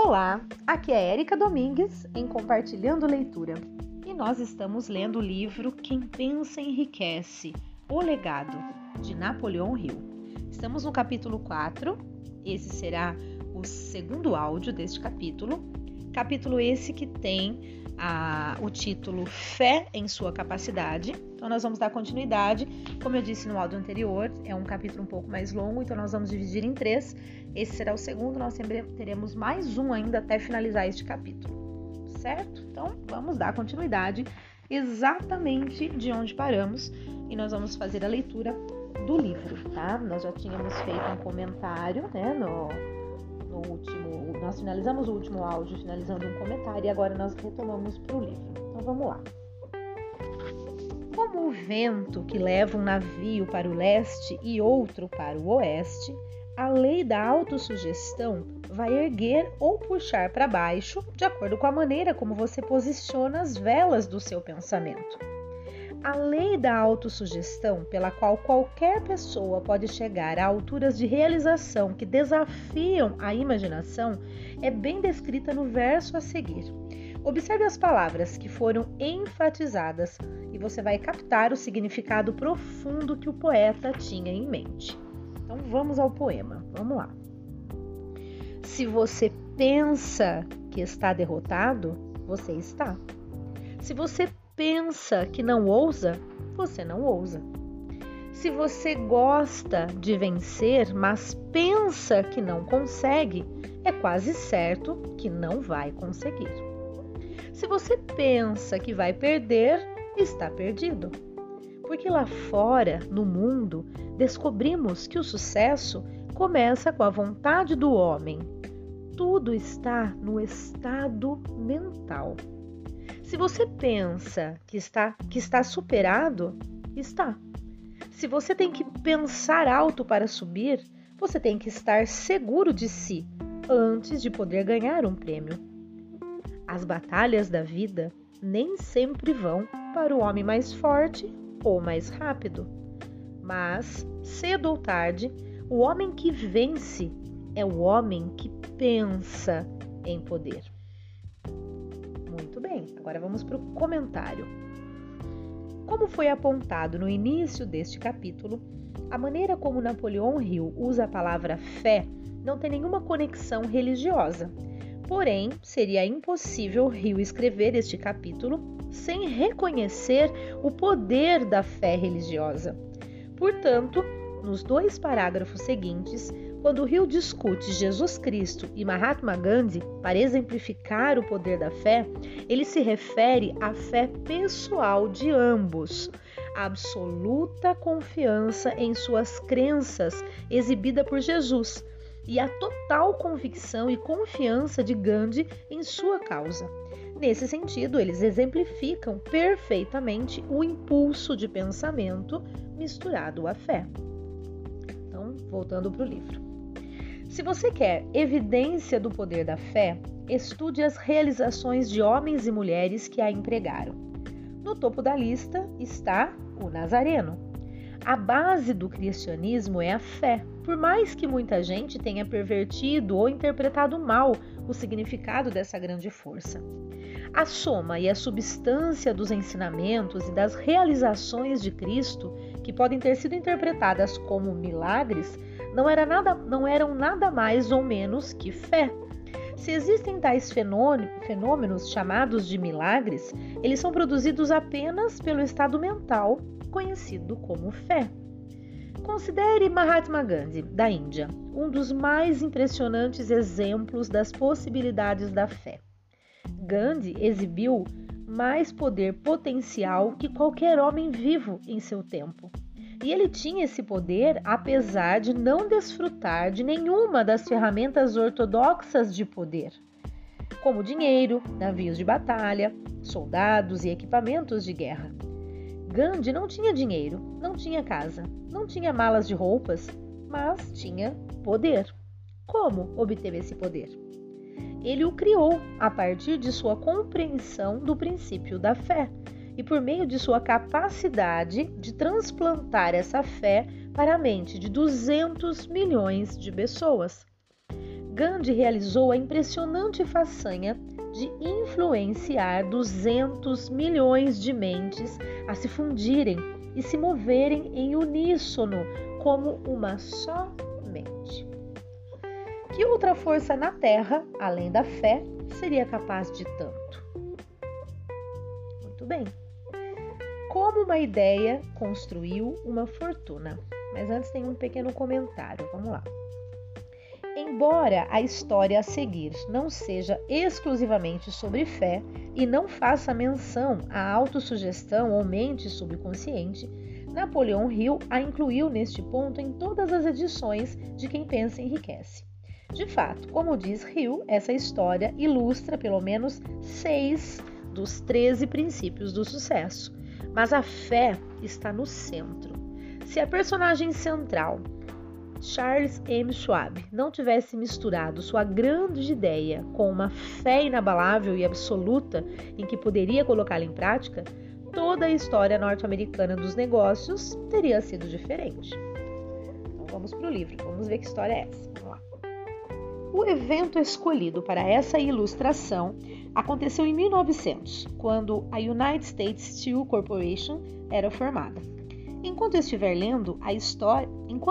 Olá, aqui é Érica Domingues em Compartilhando Leitura e nós estamos lendo o livro Quem Pensa Enriquece, O Legado, de Napoleão Hill. Estamos no capítulo 4, esse será o segundo áudio deste capítulo esse que tem o título Fé em Sua Capacidade. Então nós vamos dar continuidade, como eu disse no áudio anterior, é um capítulo um pouco mais longo, então nós vamos dividir em 3, esse será o segundo, nós teremos mais um ainda até finalizar este capítulo, certo? Então vamos dar continuidade exatamente de onde paramos e nós vamos fazer a leitura do livro, tá? Nós já tínhamos feito um comentário, né, nós finalizamos o último áudio finalizando um comentário e agora nós retomamos para o livro. Então vamos lá. Como o vento que leva um navio para o leste e outro para o oeste, a lei da autossugestão vai erguer ou puxar para baixo de acordo com a maneira como você posiciona as velas do seu pensamento. A lei da autossugestão, pela qual qualquer pessoa pode chegar a alturas de realização que desafiam a imaginação, é bem descrita no verso a seguir. Observe as palavras que foram enfatizadas e você vai captar o significado profundo que o poeta tinha em mente. Então vamos ao poema, vamos lá. Se você pensa que está derrotado, você está. Se você pensa que não ousa, você não ousa. Se você gosta de vencer, mas pensa que não consegue, é quase certo que não vai conseguir. Se você pensa que vai perder, está perdido. Porque lá fora, no mundo, descobrimos que o sucesso começa com a vontade do homem. Tudo está no estado mental. Se você pensa que está superado, está. Se você tem que pensar alto para subir, você tem que estar seguro de si antes de poder ganhar um prêmio. As batalhas da vida nem sempre vão para o homem mais forte ou mais rápido. Mas, cedo ou tarde, o homem que vence é o homem que pensa em poder. Muito bem, agora vamos para o comentário. Como foi apontado no início deste capítulo, a maneira como Napoleão Hill usa a palavra fé não tem nenhuma conexão religiosa. Porém, seria impossível Hill escrever este capítulo sem reconhecer o poder da fé religiosa. Portanto, nos 2 parágrafos seguintes, quando Hill discute Jesus Cristo e Mahatma Gandhi para exemplificar o poder da fé, ele se refere à fé pessoal de ambos, a absoluta confiança em suas crenças exibida por Jesus e a total convicção e confiança de Gandhi em sua causa. Nesse sentido, eles exemplificam perfeitamente o impulso de pensamento misturado à fé. Então, voltando para o livro. Se você quer evidência do poder da fé, estude as realizações de homens e mulheres que a empregaram. No topo da lista está o Nazareno. A base do cristianismo é a fé, por mais que muita gente tenha pervertido ou interpretado mal o significado dessa grande força. A soma e a substância dos ensinamentos e das realizações de Cristo, que podem ter sido interpretadas como milagres, não eram nada mais ou menos que fé. Se existem tais fenômenos chamados de milagres, eles são produzidos apenas pelo estado mental, conhecido como fé. Considere Mahatma Gandhi, da Índia, um dos mais impressionantes exemplos das possibilidades da fé. Gandhi exibiu mais poder potencial que qualquer homem vivo em seu tempo. E ele tinha esse poder apesar de não desfrutar de nenhuma das ferramentas ortodoxas de poder, como dinheiro, navios de batalha, soldados e equipamentos de guerra. Gandhi não tinha dinheiro, não tinha casa, não tinha malas de roupas, mas tinha poder. Como obteve esse poder? Ele o criou a partir de sua compreensão do princípio da fé e por meio de sua capacidade de transplantar essa fé para a mente de 200 milhões de pessoas. Gandhi realizou a impressionante façanha de influenciar 200 milhões de mentes a se fundirem e se moverem em uníssono como uma só mente. Que outra força na Terra, além da fé, seria capaz de tanto? Muito bem. Como uma ideia construiu uma fortuna? Mas antes tem um pequeno comentário, vamos lá. Embora a história a seguir não seja exclusivamente sobre fé e não faça menção à autossugestão ou mente subconsciente, Napoleão Hill a incluiu neste ponto em todas as edições de Quem Pensa Enriquece. De fato, como diz Hill, essa história ilustra pelo menos 6 dos 13 princípios do sucesso, mas a fé está no centro. Se a personagem central, Charles M. Schwab, não tivesse misturado sua grande ideia com uma fé inabalável e absoluta em que poderia colocá-la em prática, toda a história norte-americana dos negócios teria sido diferente. Então vamos para o livro, vamos ver que história é essa. Vamos lá. O evento escolhido para essa ilustração aconteceu em 1900, quando a United States Steel Corporation era formada. Enquanto estiver lendo a história,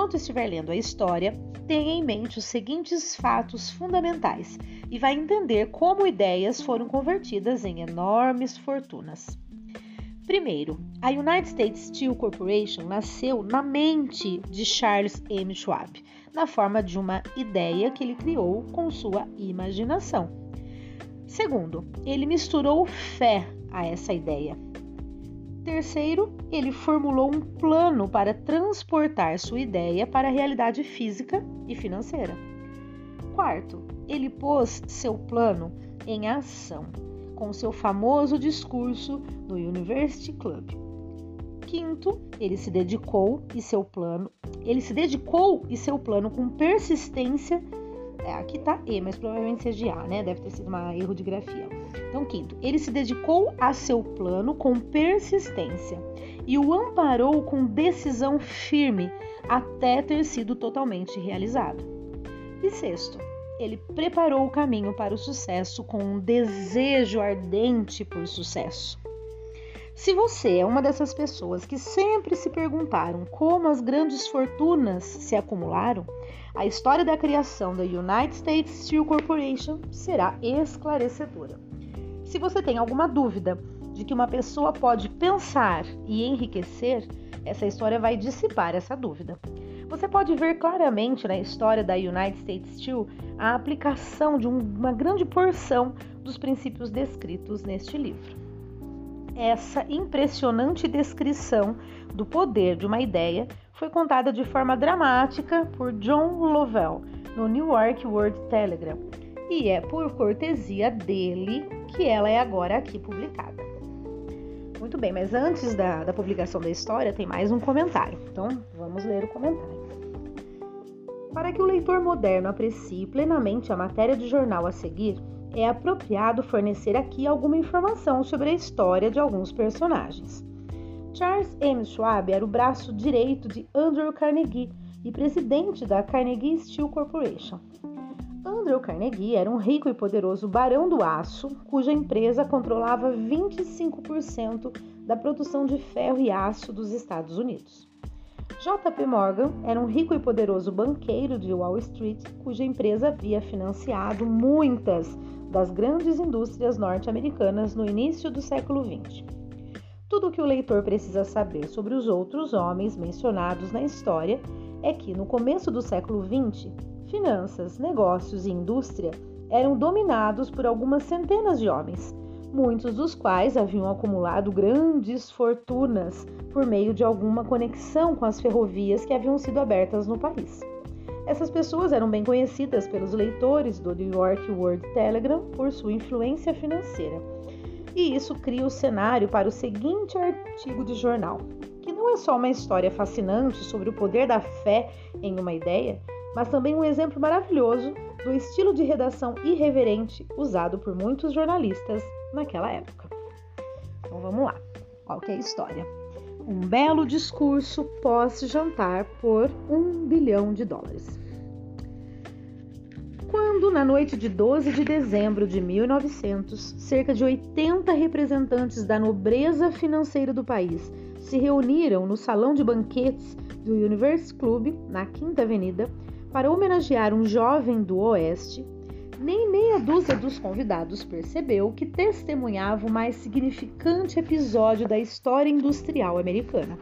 tenha em mente os seguintes fatos fundamentais e vai entender como ideias foram convertidas em enormes fortunas. Primeiro, a United States Steel Corporation nasceu na mente de Charles M. Schwab, na forma de uma ideia que ele criou com sua imaginação. Segundo, ele misturou fé a essa ideia. Terceiro, ele formulou um plano para transportar sua ideia para a realidade física e financeira. Quarto, ele pôs seu plano em ação, com seu famoso discurso no University Club. Quinto, ele se dedicou e seu plano com persistência. Aqui tá E, mas provavelmente seja A, né? Deve ter sido um erro de grafia. Então, quinto, ele se dedicou a seu plano com persistência e o amparou com decisão firme até ter sido totalmente realizado. E sexto, ele preparou o caminho para o sucesso com um desejo ardente por sucesso. Se você é uma dessas pessoas que sempre se perguntaram como as grandes fortunas se acumularam, a história da criação da United States Steel Corporation será esclarecedora. Se você tem alguma dúvida de que uma pessoa pode pensar e enriquecer, essa história vai dissipar essa dúvida. Você pode ver claramente na história da United States Steel a aplicação de uma grande porção dos princípios descritos neste livro. Essa impressionante descrição do poder de uma ideia foi contada de forma dramática por John Lovell no New York World Telegram, e é por cortesia dele que ela é agora aqui publicada. Muito bem, mas antes da publicação da história tem mais um comentário, então vamos ler o comentário. Para que o leitor moderno aprecie plenamente a matéria de jornal a seguir, é apropriado fornecer aqui alguma informação sobre a história de alguns personagens. Charles M. Schwab era o braço direito de Andrew Carnegie e presidente da Carnegie Steel Corporation. Andrew Carnegie era um rico e poderoso barão do aço, cuja empresa controlava 25% da produção de ferro e aço dos Estados Unidos. J.P. Morgan era um rico e poderoso banqueiro de Wall Street, cuja empresa havia financiado muitas das grandes indústrias norte-americanas no início do século XX. Tudo o que o leitor precisa saber sobre os outros homens mencionados na história é que, no começo do século XX, finanças, negócios e indústria eram dominados por algumas centenas de homens, muitos dos quais haviam acumulado grandes fortunas por meio de alguma conexão com as ferrovias que haviam sido abertas no país. Essas pessoas eram bem conhecidas pelos leitores do New York World Telegram por sua influência financeira. E isso cria o cenário para o seguinte artigo de jornal, que não é só uma história fascinante sobre o poder da fé em uma ideia, mas também um exemplo maravilhoso do estilo de redação irreverente usado por muitos jornalistas naquela época. Então vamos lá, qual que é a história? Um belo discurso pós-jantar por $1 bilhão. Quando, na noite de 12 de dezembro de 1900, cerca de 80 representantes da nobreza financeira do país se reuniram no salão de banquetes do University Club, na Quinta Avenida, para homenagear um jovem do Oeste, nem meia dúzia dos convidados percebeu que testemunhava o mais significante episódio da história industrial americana.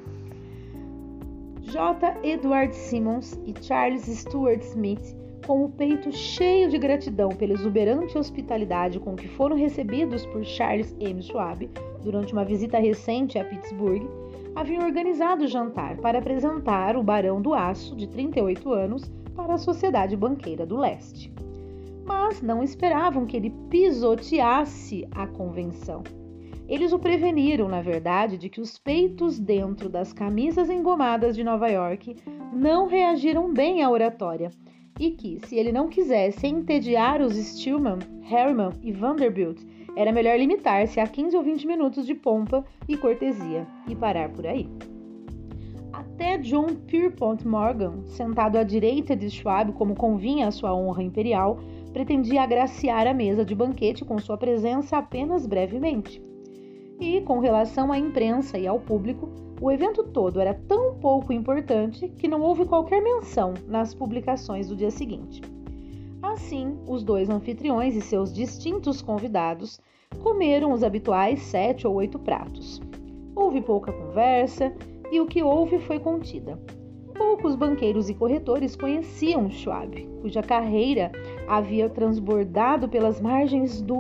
J. Edward Simmons e Charles Stuart Smith, com o peito cheio de gratidão pela exuberante hospitalidade com que foram recebidos por Charles M. Schwab durante uma visita recente a Pittsburgh, haviam organizado o jantar para apresentar o Barão do Aço, de 38 anos, para a Sociedade Banqueira do Leste. Mas não esperavam que ele pisoteasse a convenção. Eles o preveniram, na verdade, de que os peitos dentro das camisas engomadas de Nova York não reagiram bem à oratória e que, se ele não quisesse entediar os Stillman, Harriman e Vanderbilt, era melhor limitar-se a 15 ou 20 minutos de pompa e cortesia e parar por aí. Até John Pierpont Morgan, sentado à direita de Schwab como convinha à sua honra imperial, pretendia agraciar a mesa de banquete com sua presença apenas brevemente. E, com relação à imprensa e ao público, o evento todo era tão pouco importante que não houve qualquer menção nas publicações do dia seguinte. Assim, os dois anfitriões e seus distintos convidados comeram os habituais 7 ou 8 pratos. Houve pouca conversa e o que houve foi contida. Poucos banqueiros e corretores conheciam Schwab, cuja carreira havia transbordado pelas margens do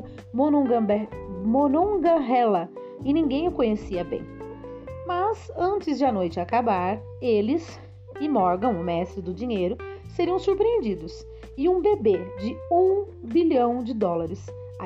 Monongahela e ninguém o conhecia bem. Mas, antes de a noite acabar, eles e Morgan, o mestre do dinheiro, seriam surpreendidos e um bebê de $1 bilhão, a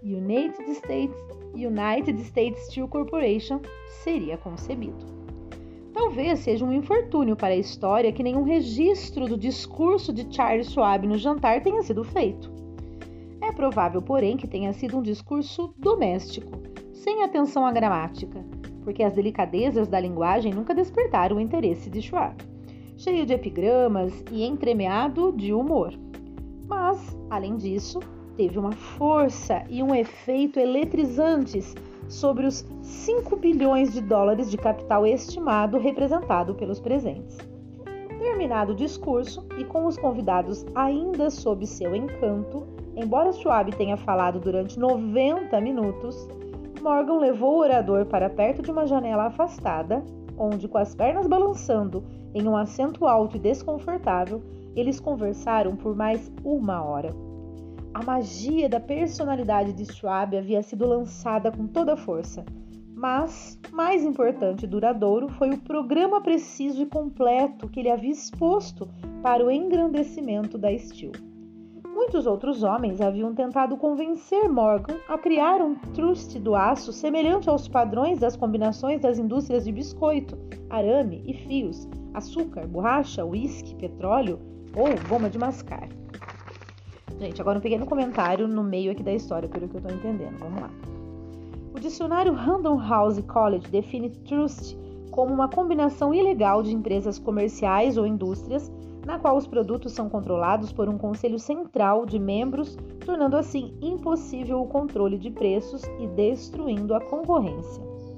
United States Steel Corporation, seria concebido. Talvez seja um infortúnio para a história que nenhum registro do discurso de Charles Schwab no jantar tenha sido feito. É provável, porém, que tenha sido um discurso doméstico, sem atenção à gramática, porque as delicadezas da linguagem nunca despertaram o interesse de Schwab, cheio de epigramas e entremeado de humor. Mas, além disso, teve uma força e um efeito eletrizantes sobre os $5 bilhões de capital estimado representado pelos presentes. Terminado o discurso e com os convidados ainda sob seu encanto, embora Schwab tenha falado durante 90 minutos, Morgan levou o orador para perto de uma janela afastada, onde, com as pernas balançando em um assento alto e desconfortável, eles conversaram por mais 1 hora. A magia da personalidade de Schwab havia sido lançada com toda a força, mas, mais importante e duradouro, foi o programa preciso e completo que ele havia exposto para o engrandecimento da Steel. Muitos outros homens haviam tentado convencer Morgan a criar um trust do aço semelhante aos padrões das combinações das indústrias de biscoito, arame e fios, açúcar, borracha, uísque, petróleo ou goma de mascar. Gente, agora um pequeno comentário no meio aqui da história, pelo que eu estou entendendo. Vamos lá. O dicionário Random House College define trust como uma combinação ilegal de empresas comerciais ou indústrias na qual os produtos são controlados por um conselho central de membros, tornando assim impossível o controle de preços e destruindo a concorrência.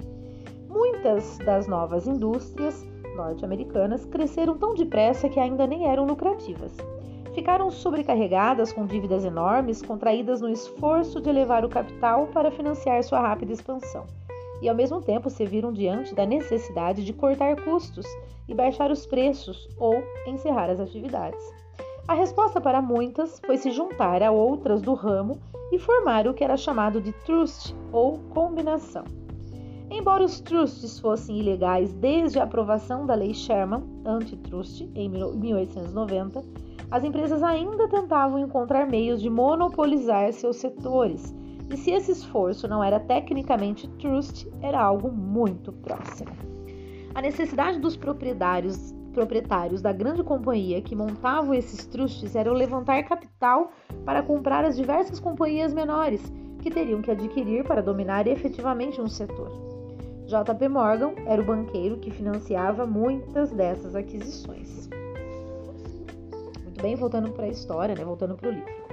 Muitas das novas indústrias norte-americanas cresceram tão depressa que ainda nem eram lucrativas. Ficaram sobrecarregadas com dívidas enormes contraídas no esforço de elevar o capital para financiar sua rápida expansão, e ao mesmo tempo se viram diante da necessidade de cortar custos e baixar os preços ou encerrar as atividades. A resposta para muitas foi se juntar a outras do ramo e formar o que era chamado de trust ou combinação. Embora os trusts fossem ilegais desde a aprovação da Lei Sherman Antitrust em 1890, as empresas ainda tentavam encontrar meios de monopolizar seus setores, e se esse esforço não era tecnicamente trust, era algo muito próximo. A necessidade dos proprietários da grande companhia que montavam esses trusts era levantar capital para comprar as diversas companhias menores que teriam que adquirir para dominar efetivamente um setor. J.P. Morgan era o banqueiro que financiava muitas dessas aquisições. Muito bem, voltando para a história, né? Voltando para o livro.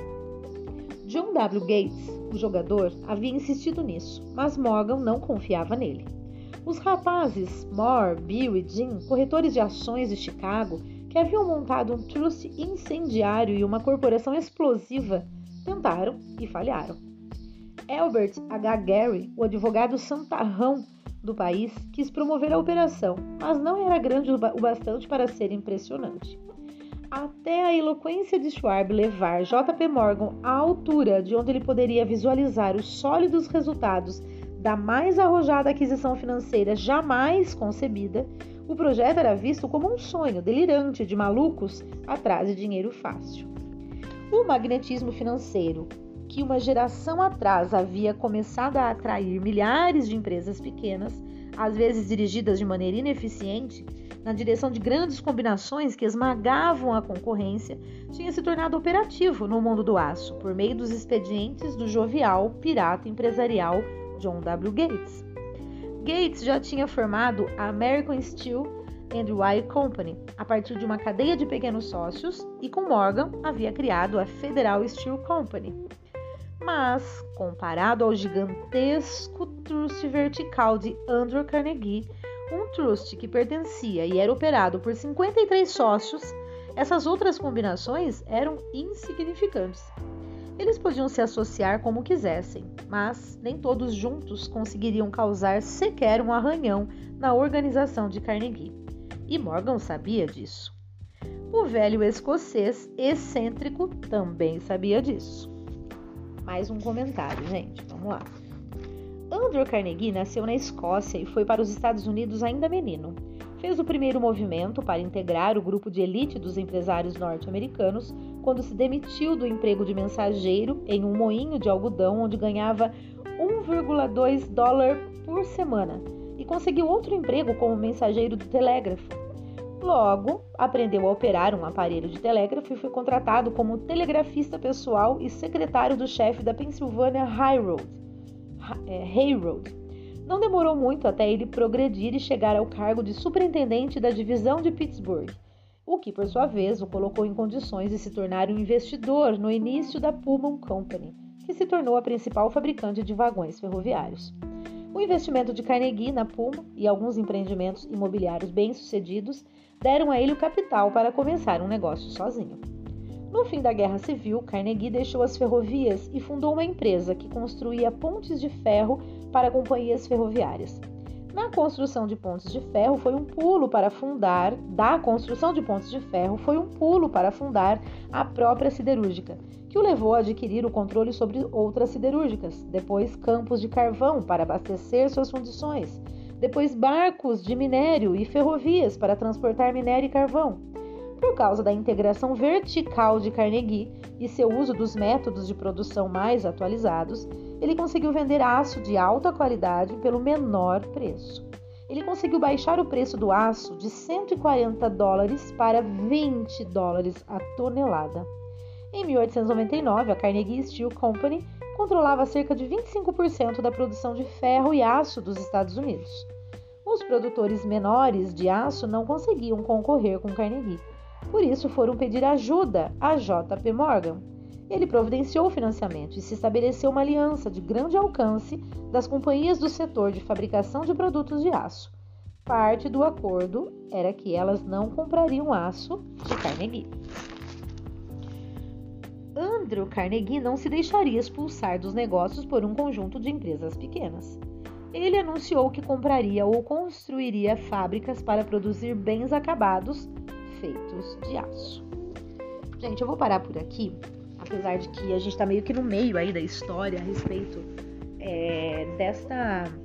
John W. Gates, o jogador, havia insistido nisso, mas Morgan não confiava nele. Os rapazes Moore, Bill e Jim, corretores de ações de Chicago, que haviam montado um trust incendiário e uma corporação explosiva, tentaram e falharam. Albert H. Gary, o advogado santarrão do país, quis promover a operação, mas não era grande o bastante para ser impressionante. Até a eloquência de Schwab levar J.P. Morgan à altura de onde ele poderia visualizar os sólidos resultados da mais arrojada aquisição financeira jamais concebida, o projeto era visto como um sonho delirante de malucos atrás de dinheiro fácil. O magnetismo financeiro, que uma geração atrás havia começado a atrair milhares de empresas pequenas, às vezes dirigidas de maneira ineficiente, na direção de grandes combinações que esmagavam a concorrência, tinha se tornado operativo no mundo do aço, por meio dos expedientes do jovial pirata empresarial John W. Gates. Gates já tinha formado a American Steel and Wire Company a partir de uma cadeia de pequenos sócios e com Morgan havia criado a Federal Steel Company. Mas, comparado ao gigantesco trust vertical de Andrew Carnegie, um trust que pertencia e era operado por 53 sócios, essas outras combinações eram insignificantes. Eles podiam se associar como quisessem, mas nem todos juntos conseguiriam causar sequer um arranhão na organização de Carnegie. E Morgan sabia disso. O velho escocês excêntrico também sabia disso. Mais um comentário, gente. Vamos lá. Andrew Carnegie nasceu na Escócia e foi para os Estados Unidos ainda menino. Fez o primeiro movimento para integrar o grupo de elite dos empresários norte-americanos quando se demitiu do emprego de mensageiro em um moinho de algodão onde ganhava $1,2 por semana e conseguiu outro emprego como mensageiro do telégrafo. Logo, aprendeu a operar um aparelho de telégrafo e foi contratado como telegrafista pessoal e secretário do chefe da Pennsylvania Railroad. Não demorou muito até ele progredir e chegar ao cargo de superintendente da divisão de Pittsburgh, o que, por sua vez, o colocou em condições de se tornar um investidor no início da Pullman Company, que se tornou a principal fabricante de vagões ferroviários. O investimento de Carnegie na Pullman e alguns empreendimentos imobiliários bem-sucedidos deram a ele o capital para começar um negócio sozinho. No fim da Guerra Civil, Carnegie deixou as ferrovias e fundou uma empresa que construía pontes de ferro para companhias ferroviárias. Da construção de pontes de ferro foi um pulo para fundar a própria siderúrgica, que o levou a adquirir o controle sobre outras siderúrgicas, depois campos de carvão para abastecer suas fundições, depois barcos de minério e ferrovias para transportar minério e carvão. Por causa da integração vertical de Carnegie e seu uso dos métodos de produção mais atualizados, ele conseguiu vender aço de alta qualidade pelo menor preço. Ele conseguiu baixar o preço do aço de $140 para $20 a tonelada. Em 1899, a Carnegie Steel Company controlava cerca de 25% da produção de ferro e aço dos Estados Unidos. Os produtores menores de aço não conseguiam concorrer com Carnegie. Por isso, foram pedir ajuda a J.P. Morgan. Ele providenciou o financiamento e se estabeleceu uma aliança de grande alcance das companhias do setor de fabricação de produtos de aço. Parte do acordo era que elas não comprariam aço de Carnegie. Andrew Carnegie não se deixaria expulsar dos negócios por um conjunto de empresas pequenas. Ele anunciou que compraria ou construiria fábricas para produzir bens acabados feitos de aço. Gente, eu vou parar por aqui, apesar de que a gente está meio que no meio aí da história a respeito desta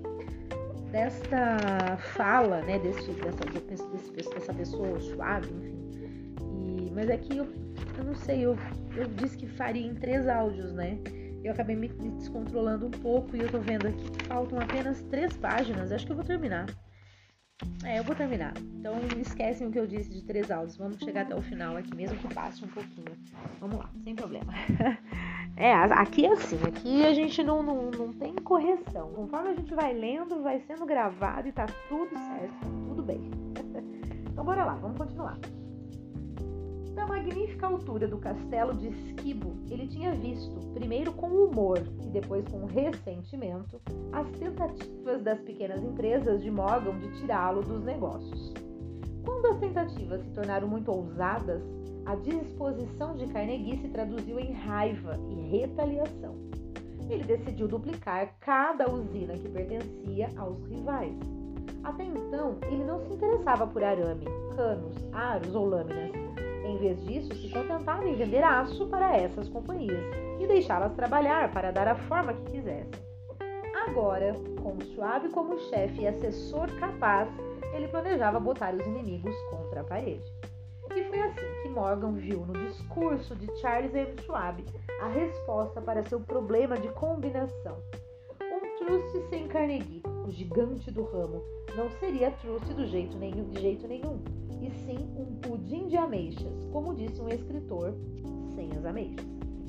fala, né, dessa pessoa, Schwab, enfim. Mas aqui eu não sei, eu disse que faria em 3 áudios, né? Eu acabei me descontrolando um pouco e eu tô vendo aqui que faltam apenas 3 páginas. Acho que eu vou terminar. Eu vou terminar. Então, esquecem o que eu disse de 3 áudios. Vamos chegar até o final aqui, mesmo que passe um pouquinho. Vamos lá, sem problema. Aqui é assim. Aqui a gente não tem correção. Conforme a gente vai lendo, vai sendo gravado e tá tudo certo, tá tudo bem. Então, bora lá, vamos continuar. magnífica altura do castelo de Skibo, ele tinha visto, primeiro com humor e depois com ressentimento, as tentativas das pequenas empresas de Morgan de tirá-lo dos negócios. Quando as tentativas se tornaram muito ousadas, a disposição de Carnegie se traduziu em raiva e retaliação. Ele decidiu duplicar cada usina que pertencia aos rivais. Até então, ele não se interessava por arame, canos, aros ou lâminas. Em vez disso, se contentava em vender aço para essas companhias e deixá-las trabalhar para dar a forma que quisessem. Agora, com Schwab como chefe e assessor capaz, ele planejava botar os inimigos contra a parede. E foi assim que Morgan viu no discurso de Charles M. Schwab a resposta para seu problema de combinação. Um truste sem Carnegie, o gigante do ramo, não seria truste de jeito nenhum, e sim um pudim de ameixas, como disse um escritor, sem as ameixas.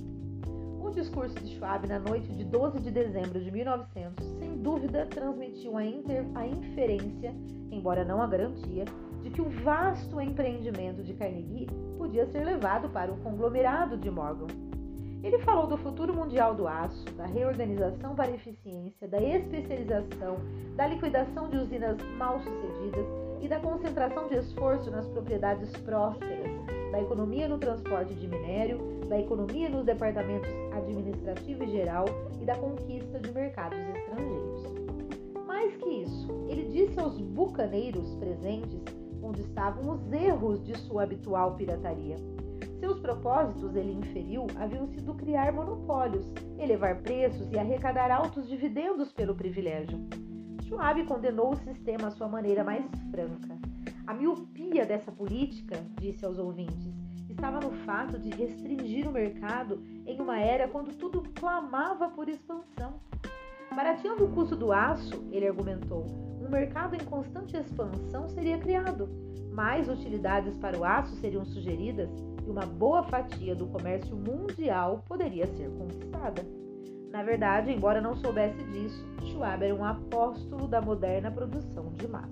O discurso de Schwab na noite de 12 de dezembro de 1900, sem dúvida, transmitiu a inferência, embora não a garantia, de que o vasto empreendimento de Carnegie podia ser levado para o conglomerado de Morgan. Ele falou do futuro mundial do aço, da reorganização para a eficiência, da especialização, da liquidação de usinas mal-sucedidas e da concentração de esforço nas propriedades prósperas, da economia no transporte de minério, da economia nos departamentos administrativo e geral e da conquista de mercados estrangeiros. Mais que isso, ele disse aos bucaneiros presentes onde estavam os erros de sua habitual pirataria. Seus propósitos, ele inferiu, haviam sido criar monopólios, elevar preços e arrecadar altos dividendos pelo privilégio. Schwab condenou o sistema à sua maneira mais franca. A miopia dessa política, disse aos ouvintes, estava no fato de restringir o mercado em uma era quando tudo clamava por expansão. Barateando o custo do aço, ele argumentou, um mercado em constante expansão seria criado, mais utilidades para o aço seriam sugeridas e uma boa fatia do comércio mundial poderia ser conquistada. Na verdade, embora não soubesse disso, Schwab era um apóstolo da moderna produção de massa.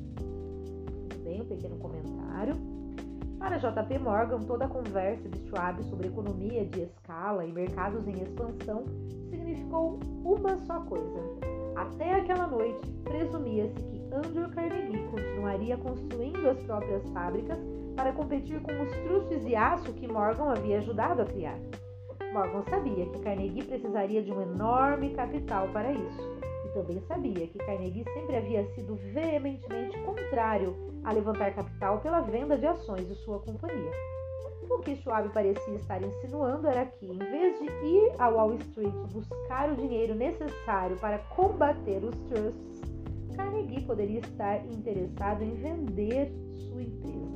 Muito bem, um pequeno comentário. Para J.P. Morgan, toda a conversa de Schwab sobre economia de escala e mercados em expansão significou uma só coisa. Até aquela noite, presumia-se que Andrew Carnegie continuaria construindo as próprias fábricas para competir com os trustes de aço que Morgan havia ajudado a criar. Morgan sabia que Carnegie precisaria de um enorme capital para isso, e também sabia que Carnegie sempre havia sido veementemente contrário a levantar capital pela venda de ações de sua companhia. O que Schwab parecia estar insinuando era que, em vez de ir a Wall Street buscar o dinheiro necessário para combater os trusts, Carnegie poderia estar interessado em vender sua empresa.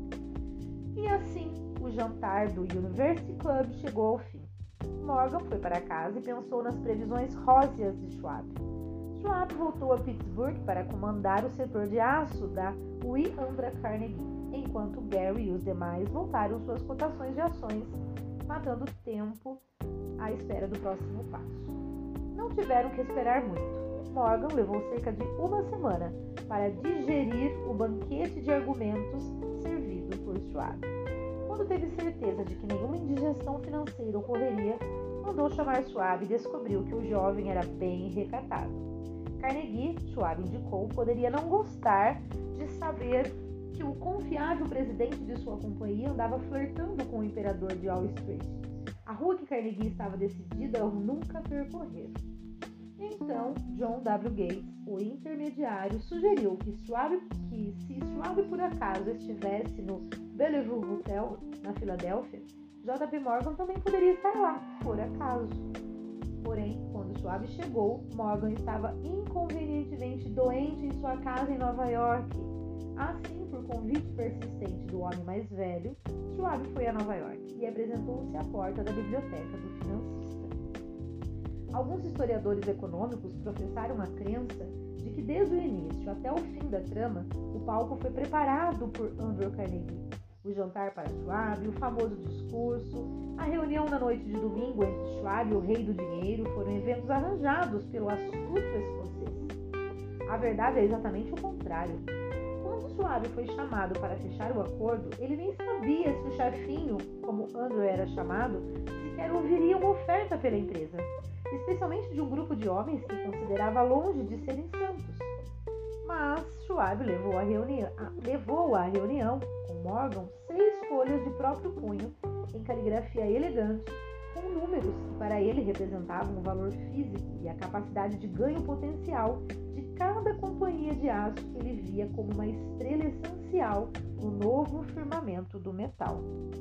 E assim, o jantar do University Club chegou ao fim. Morgan foi para casa e pensou nas previsões róseas de Schwab. Schwab voltou a Pittsburgh para comandar o setor de aço da W. Andrew Carnegie, enquanto Gary e os demais voltaram suas cotações de ações, matando tempo à espera do próximo passo. Não tiveram que esperar muito. Morgan levou cerca de uma semana para digerir o banquete de argumentos servido por Schwab. Quando teve certeza de que nenhuma indigestão financeira ocorreria, mandou chamar Schwab e descobriu que o jovem era bem recatado. Carnegie, Schwab indicou, poderia não gostar de saber que o confiável presidente de sua companhia andava flertando com o imperador de Wall Street, a rua que Carnegie estava decidida a nunca percorrer. Então, John W. Gates, o intermediário, sugeriu que se Schwab por acaso estivesse no Bellevue Hotel, na Filadélfia, J.P. Morgan também poderia estar lá, por acaso. Porém, quando Schwab chegou, Morgan estava inconvenientemente doente em sua casa em Nova York. Assim, por convite persistente do homem mais velho, Schwab foi a Nova York e apresentou-se à porta da biblioteca do financista. Alguns historiadores econômicos professaram a crença de que desde o início até o fim da trama, o palco foi preparado por Andrew Carnegie. O jantar para Schwab, o famoso discurso, a reunião na noite de domingo entre Schwab e o rei do dinheiro foram eventos arranjados pelo astuto escocês. A verdade é exatamente o contrário. Quando Schwab foi chamado para fechar o acordo, ele nem sabia se o chefinho, como Andrew era chamado, sequer ouviria uma oferta pela empresa, especialmente de um grupo de homens que considerava longe de serem santos. Mas Schwab levou à reunião com Morgan 6 folhas de próprio punho, em caligrafia elegante, com números que para ele representavam o valor físico e a capacidade de ganho potencial de cada companhia de aço que ele via como uma estrela essencial no novo firmamento do metal.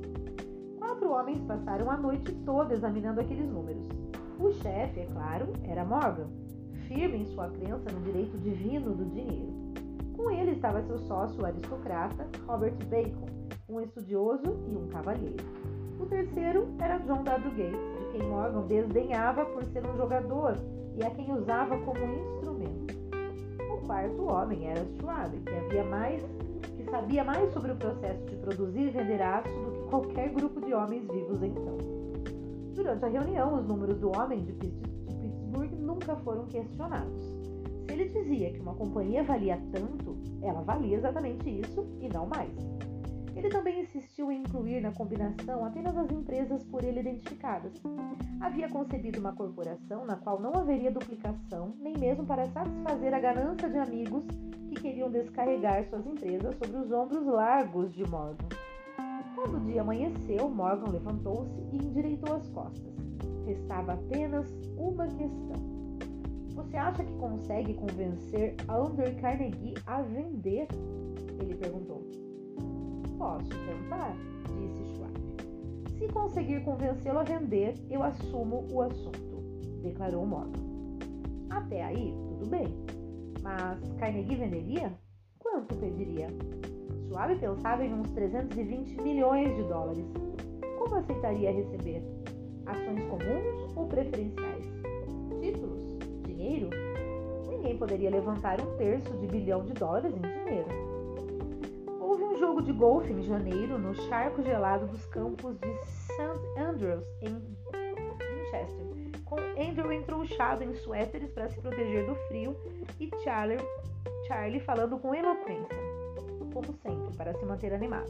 4 homens passaram a noite toda examinando aqueles números. O chefe, é claro, era Morgan, firme em sua crença no direito divino do dinheiro. Com ele estava seu sócio aristocrata, Robert Bacon, um estudioso e um cavalheiro. O terceiro era John W. Gates, de quem Morgan desdenhava por ser um jogador e a quem usava como instrumento. O quarto homem era Schwab, que sabia mais sobre o processo de produzir e vender aço do que qualquer grupo de homens vivos então. Durante a reunião, os números do homem de Pittsburgh nunca foram questionados. Se ele dizia que uma companhia valia tanto, ela valia exatamente isso e não mais. Ele também insistiu em incluir na combinação apenas as empresas por ele identificadas. Havia concebido uma corporação na qual não haveria duplicação, nem mesmo para satisfazer a ganância de amigos que queriam descarregar suas empresas sobre os ombros largos de Morgan. Quando o dia amanheceu, Morgan levantou-se e endireitou as costas. Restava apenas uma questão. Você acha que consegue convencer Andrew Carnegie a vender? Ele perguntou. Posso tentar, disse Schwab. Se conseguir convencê-lo a vender, eu assumo o assunto, declarou Morgan. Até aí, tudo bem. Mas Carnegie venderia? Quanto pediria? Schwab pensava em uns 320 milhões de dólares. Como aceitaria receber? Ações comuns ou preferenciais? Títulos? Dinheiro? Ninguém poderia levantar $1/3 de bilhão de dólares em dinheiro. Houve um jogo de golfe em janeiro no charco gelado dos campos de St. Andrews, em Winchester, com Andrew entrouxado em suéteres para se proteger do frio e Charlie falando com eloquência, como sempre, para se manter animado.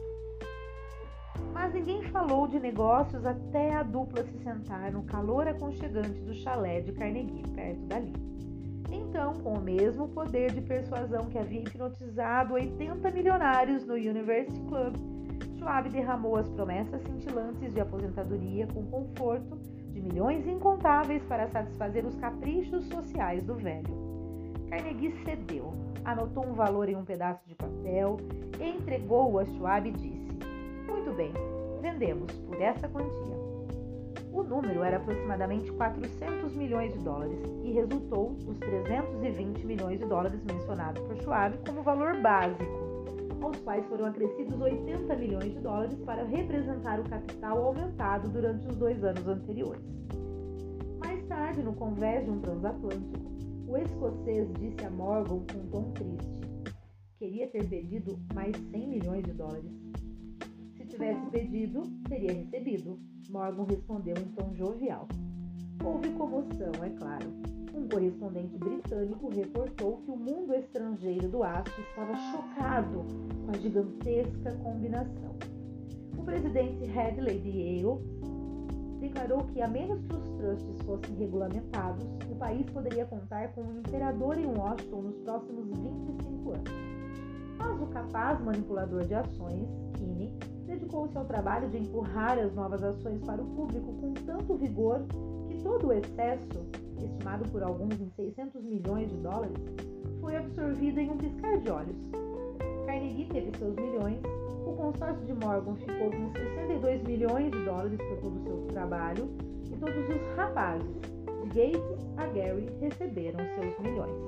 Mas ninguém falou de negócios até a dupla se sentar no calor aconchegante do chalé de Carnegie, perto dali. Então, com o mesmo poder de persuasão que havia hipnotizado 80 milionários no University Club, Schwab derramou as promessas cintilantes de aposentadoria com conforto de milhões incontáveis para satisfazer os caprichos sociais do velho. Carnegie cedeu, anotou um valor em um pedaço de papel, entregou-o a Schwab e disse: Muito bem, vendemos por essa quantia. O número era aproximadamente 400 milhões de dólares e resultou os 320 milhões de dólares mencionados por Schwab como valor básico, aos quais foram acrescidos 80 milhões de dólares para representar o capital aumentado durante os 2 anos anteriores. Mais tarde, no convés de um transatlântico, o escocês disse a Morgan com um tom triste: queria ter pedido mais 100 milhões de dólares. Se tivesse pedido, teria recebido. Morgan respondeu em tom jovial. Houve comoção, é claro. Um correspondente britânico reportou que o mundo estrangeiro do aço estava chocado com a gigantesca combinação. O presidente Hadley de Yale declarou que, a menos que os trusts fossem regulamentados, o país poderia contar com um imperador em Washington nos próximos 25 anos. Mas o capaz manipulador de ações, Kinney, dedicou-se ao trabalho de empurrar as novas ações para o público com tanto vigor que todo o excesso, estimado por alguns em 600 milhões de dólares, foi absorvido em um piscar de olhos. Carnegie teve seus milhões, o consórcio de Morgan ficou com 62 milhões de dólares por todo o seu trabalho e todos os rapazes, de Gates a Gary, receberam seus milhões.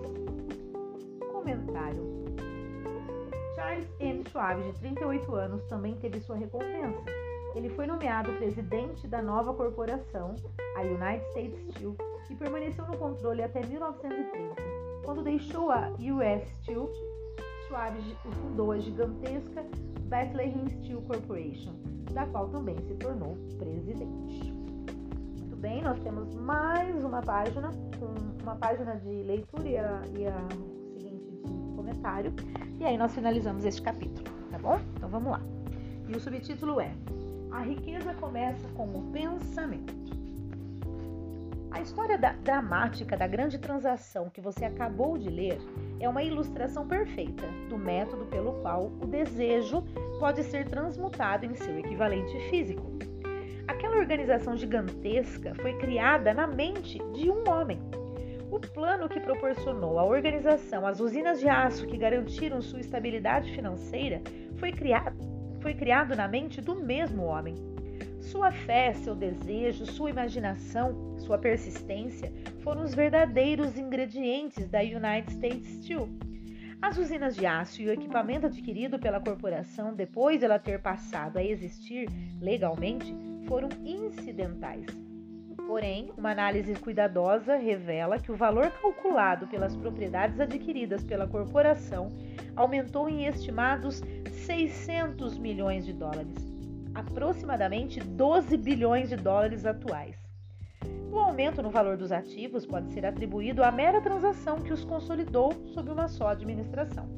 Comentário: Charles M. Schwab, de 38 anos, também teve sua recompensa. Ele foi nomeado presidente da nova corporação, a United States Steel, e permaneceu no controle até 1930. Quando deixou a US Steel, Schwab fundou a gigantesca Bethlehem Steel Corporation, da qual também se tornou presidente. Muito bem, nós temos mais uma página, uma página de leitura e a seguinte de comentário. E aí nós finalizamos este capítulo, tá bom? Então vamos lá. E o subtítulo é: A riqueza começa com o pensamento. A história dramática da grande transação que você acabou de ler é uma ilustração perfeita do método pelo qual o desejo pode ser transmutado em seu equivalente físico. Aquela organização gigantesca foi criada na mente de um homem. O plano que proporcionou à organização as usinas de aço que garantiram sua estabilidade financeira foi criado na mente do mesmo homem. Sua fé, seu desejo, sua imaginação, sua persistência foram os verdadeiros ingredientes da United States Steel. As usinas de aço e o equipamento adquirido pela corporação depois de ela ter passado a existir legalmente foram incidentais. Porém, uma análise cuidadosa revela que o valor calculado pelas propriedades adquiridas pela corporação aumentou em estimados 600 milhões de dólares. Aproximadamente 12 bilhões de dólares atuais. O aumento no valor dos ativos pode ser atribuído à mera transação que os consolidou sob uma só administração.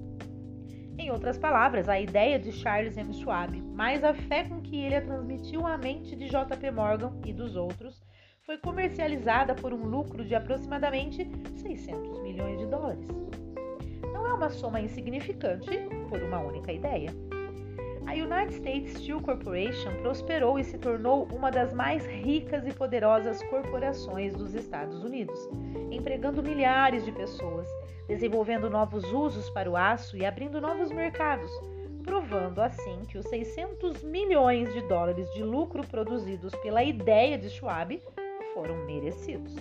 Em outras palavras, a ideia de Charles M. Schwab, mais a fé com que ele a transmitiu à mente de J.P. Morgan e dos outros, foi comercializada por um lucro de aproximadamente 600 milhões de dólares. Não é uma soma insignificante por uma única ideia. A United States Steel Corporation prosperou e se tornou uma das mais ricas e poderosas corporações dos Estados Unidos, empregando milhares de pessoas, desenvolvendo novos usos para o aço e abrindo novos mercados, provando assim que os 600 milhões de dólares de lucro produzidos pela ideia de Schwab foram merecidos.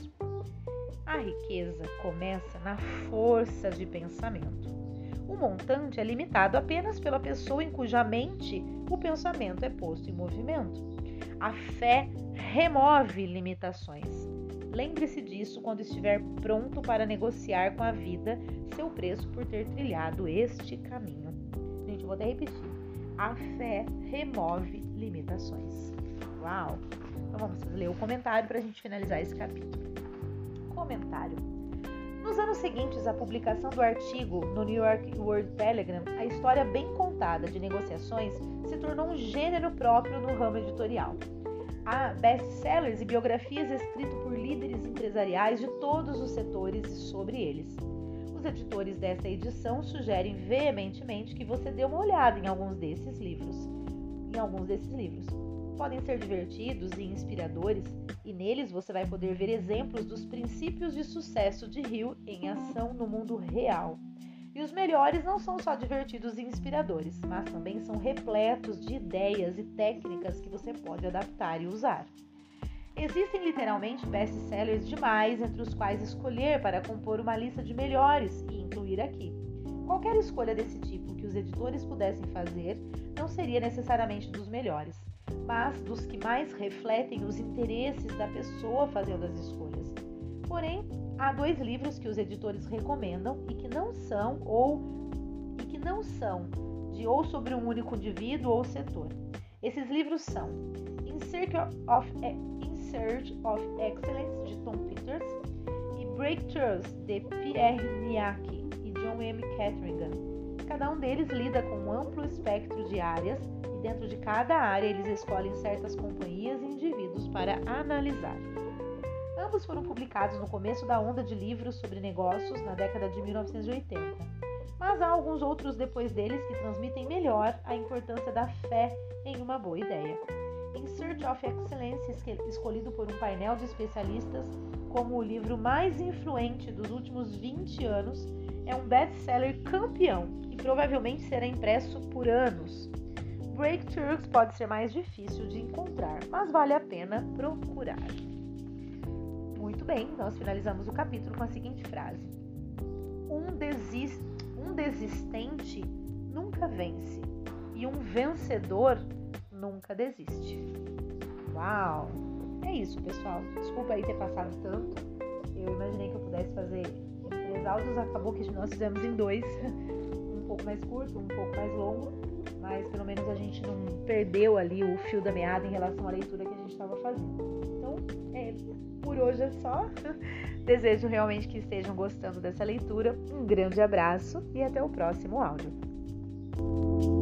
A riqueza começa na força de pensamento. O montante é limitado apenas pela pessoa em cuja mente o pensamento é posto em movimento. A fé remove limitações. Lembre-se disso quando estiver pronto para negociar com a vida seu preço por ter trilhado este caminho. Gente, eu vou até repetir. A fé remove limitações. Uau! Então vamos ler o comentário para a gente finalizar esse capítulo. Comentário. Nos anos seguintes à publicação do artigo no New York World Telegram, a história bem contada de negociações se tornou um gênero próprio no ramo editorial. Há best-sellers e biografias escritas por líderes empresariais de todos os setores e sobre eles. Os editores desta edição sugerem veementemente que você dê uma olhada em alguns desses livros. Podem ser divertidos e inspiradores, e neles você vai poder ver exemplos dos princípios de sucesso de Hill em ação no mundo real. E os melhores não são só divertidos e inspiradores, mas também são repletos de ideias e técnicas que você pode adaptar e usar. Existem literalmente best-sellers demais entre os quais escolher para compor uma lista de melhores e incluir aqui. Qualquer escolha desse tipo que os editores pudessem fazer não seria necessariamente dos melhores, mas dos que mais refletem os interesses da pessoa fazendo as escolhas. Porém, há 2 livros que os editores recomendam e que não são sobre um único indivíduo ou setor. Esses livros são In Search of Excellence, de Tom Peters, e Breakthroughs, de Pierre Niaki e John M. Catheringham. Cada um deles lida com um amplo espectro de áreas e dentro de cada área eles escolhem certas companhias e indivíduos para analisar. Ambos foram publicados no começo da onda de livros sobre negócios na década de 1980, mas há alguns outros depois deles que transmitem melhor a importância da fé em uma boa ideia. In Search of Excellence, escolhido por um painel de especialistas como o livro mais influente dos últimos 20 anos, é um best-seller campeão e provavelmente será impresso por anos. Breakthroughs pode ser mais difícil de encontrar, mas vale a pena procurar. Muito bem, nós finalizamos o capítulo com a seguinte frase: Um desistente nunca vence e um vencedor nunca desiste. Uau! É isso, pessoal. Desculpa aí ter passado tanto. Eu imaginei que eu pudesse fazer em 3 áudios, acabou que nós fizemos em 2. Um pouco mais curto, um pouco mais longo, mas pelo menos a gente não perdeu ali o fio da meada em relação à leitura que a gente estava fazendo. Então Então, por hoje é só. Desejo realmente que estejam gostando dessa leitura. Um grande abraço e até o próximo áudio.